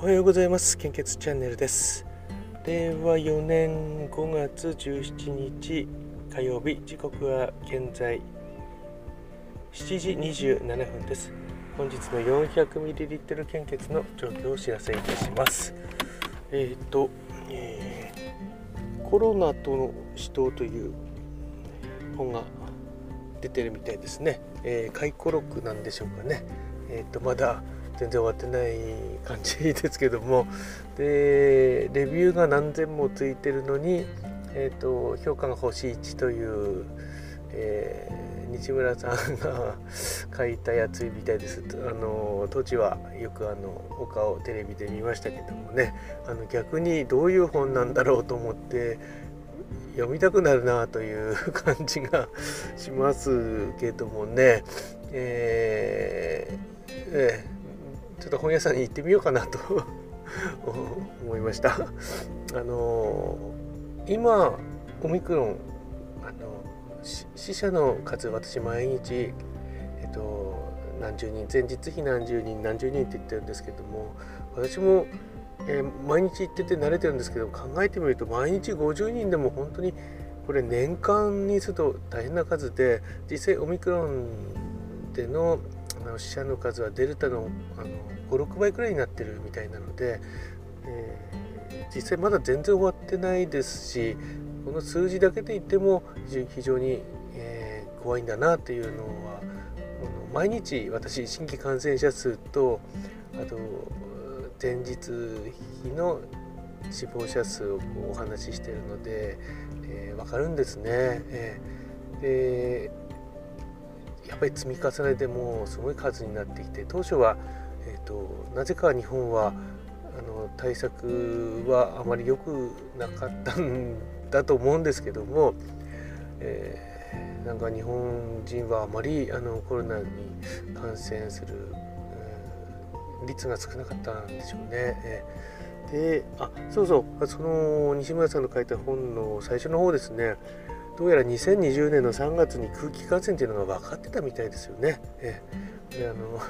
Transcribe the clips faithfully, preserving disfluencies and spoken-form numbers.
おはようございます。献血チャンネルです。れいわよねんごがつじゅうしちにち火曜日、時刻は現在しちじにじゅうななふんです。本日の よんひゃくミリリットル 献血の状況をお知らせいたします。えっ、ー、と、えー、コロナとの死闘という本が出てるみたいですね。えー、回顧録なんでしょうかね。えっ、ー、とまだ全然終わってない感じですけども、でレビューが何千もついてるのに、えー、と評価が星いちという、えー、西村さんが書いたやつみたいです。あの当時はよくあのお顔テレビで見ましたけどもね、あの逆にどういう本なんだろうと思って読みたくなるなという感じがしますけどもね、えーえーちょっと本屋さんに行ってみようかなと思いました。あの今オミクロンあの死者の数、私毎日、えっと、何十人、前日比何十人何十人って言ってるんですけども、私も、えー、毎日行ってて慣れてるんですけど、考えてみると毎日ごじゅうにんでも本当にこれ年間にすると大変な数で、実際オミクロンでの死者の数はデルタの、あのご、ろくばいくらいになってるみたいなので、えー、実際まだ全然終わってないですし、この数字だけで言っても非常に、えー、怖いんだなというのは、毎日私新規感染者数と、あと前日比の死亡者数をこうお話ししているので、えー、分かるんですね。えー、でやっぱり積み重ねてもうすごい数になってきて、当初は、えーと、なぜか日本はあの対策はあまり良くなかったんだと思うんですけども、えー、なんか日本人はあまりあのコロナに感染する、えー、率が少なかったんでしょうね。えー、で、あ、そうそう、その西村さんの書いた本の最初の方ですね、どうやらにせんにじゅうねんのさんがつに空気感染というのが分かってたみたいですよね。えであの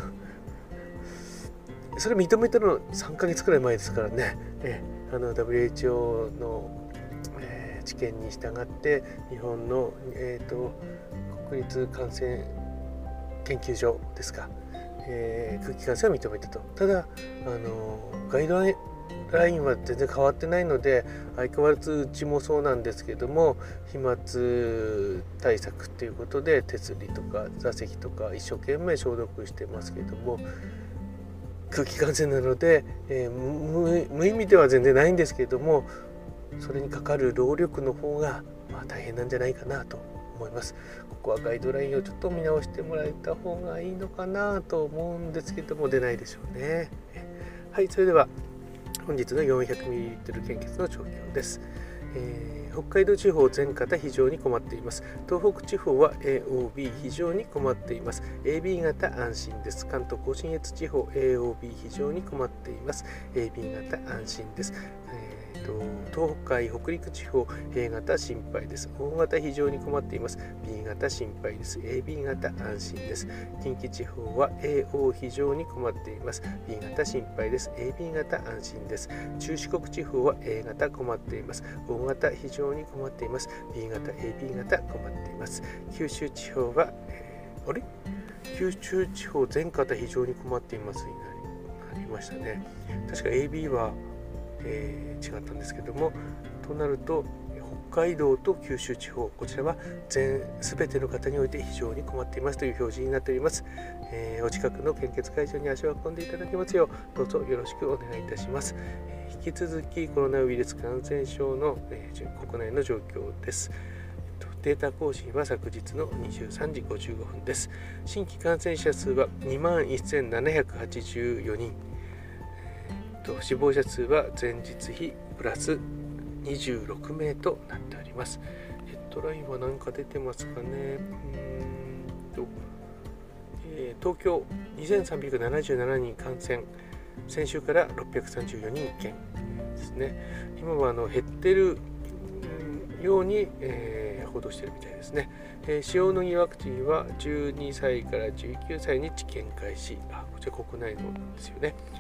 それ認めたのさんかげつくらい前ですからね。えあの ダブリューエイチオー の、えー、知見に従って日本の、えーと、国立感染研究所ですか、えー、空気感染を認めたと。ただあのガイドラインラインは全然変わってないので、相変わらずうちもそうなんですけども、飛沫対策ということで手すりとか座席とか一生懸命消毒してますけども、空気感染なので、えー、無, 無意味では全然ないんですけども、それにかかる労力の方が、まあ、大変なんじゃないかなと思います。ここはガイドラインをちょっと見直してもらえた方がいいのかなと思うんですけども、出ないでしょうね。はい、それでは本日の よんひゃくミリリットル 献血の状況です。えー、北海道地方全方非常に困っています。東北地方は エーオービー 非常に困っています。エービー 型安心です。関東甲信越地方 エーオービー 非常に困っています。エービー 型安心です。えー、と東海北陸地方 A 型心配です。O 型非常に困っています。B 型心配です。エービー 型安心です。近畿地方は エーオー 非常に困っています。B 型心配です。エービー 型安心です。中四国地方は A 型困っています。O 型非常に困っています。B 型 エービー 型困っています。九州地方は、えー、あれ九州地方全方非常に困っていますになりましたね。確か エービー は、えー、違ったんですけども、となると北海道と九州地方、こちらは全全ての方において非常に困っていますという表示になっております。えー、お近くの献血会場に足を運んでいただきますよう、どうぞよろしくお願いいたします。えー、引き続きコロナウイルス感染症の、えー、国内の状況です。データ更新は昨日のにじゅうさんじごじゅうごふんです。新規感染者数は にまんせんななひゃくはちじゅうよにん、えー、と死亡者数は前日比プラスにじゅうろくめいとなっております。ヘッドラインは何か出てますかね。うーんと、えー、東京にせんさんびゃくななじゅうななにん感染、先週からろっぴゃくさんじゅうよにん減ですね。今はあの減ってるように、えー、報道しているみたいですね。えー、塩野義ワクチンはじゅうにさいからじゅうきゅうさいに治験開始。あ、こちら国内のですよね。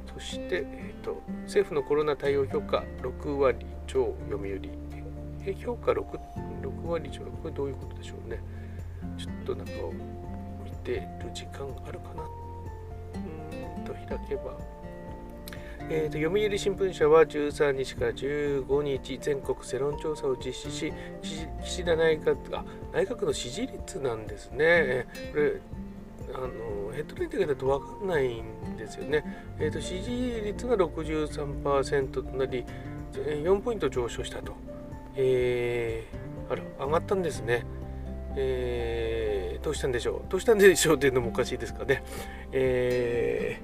そして、えーと、政府のコロナ対応評価ろくわり超読売、え評価 6, 6割超、これどういうことでしょうね。ちょっと中を見てる時間あるかな。うーんと開けば、えーと、読売新聞社はじゅうさんにちからじゅうごにち全国世論調査を実施し、岸田内閣が内閣の支持率なんですね。これあのヘッドラインだけだと分かんないんですよね。えーと、支持率が ろくじゅうさんパーセント となりよんポイント上昇したと。えー、あら上がったんですね。えー、どうしたんでしょうどうしたんでしょうっていうのもおかしいですかね。え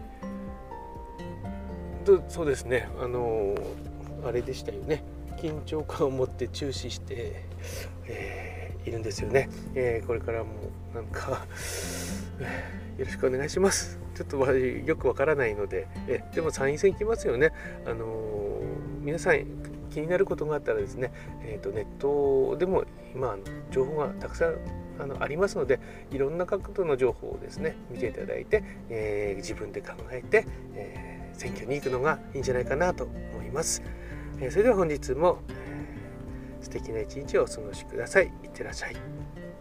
ー、とそうですね、あのあれでしたよね。緊張感を持って注視して、えー、いるんですよね。えー、これからもなんかよろしくお願いします。ちょっとよくわからないので、えでも参院選来ますよね。あの皆さん気になることがあったらですね、えー、とネットでも今あの情報がたくさんあのありますので、いろんな角度の情報をですね見ていただいて、えー、自分で考えて、えー、選挙に行くのがいいんじゃないかなと思います。えー、それでは本日も、えー、素敵な一日をお過ごしください。いってらっしゃい。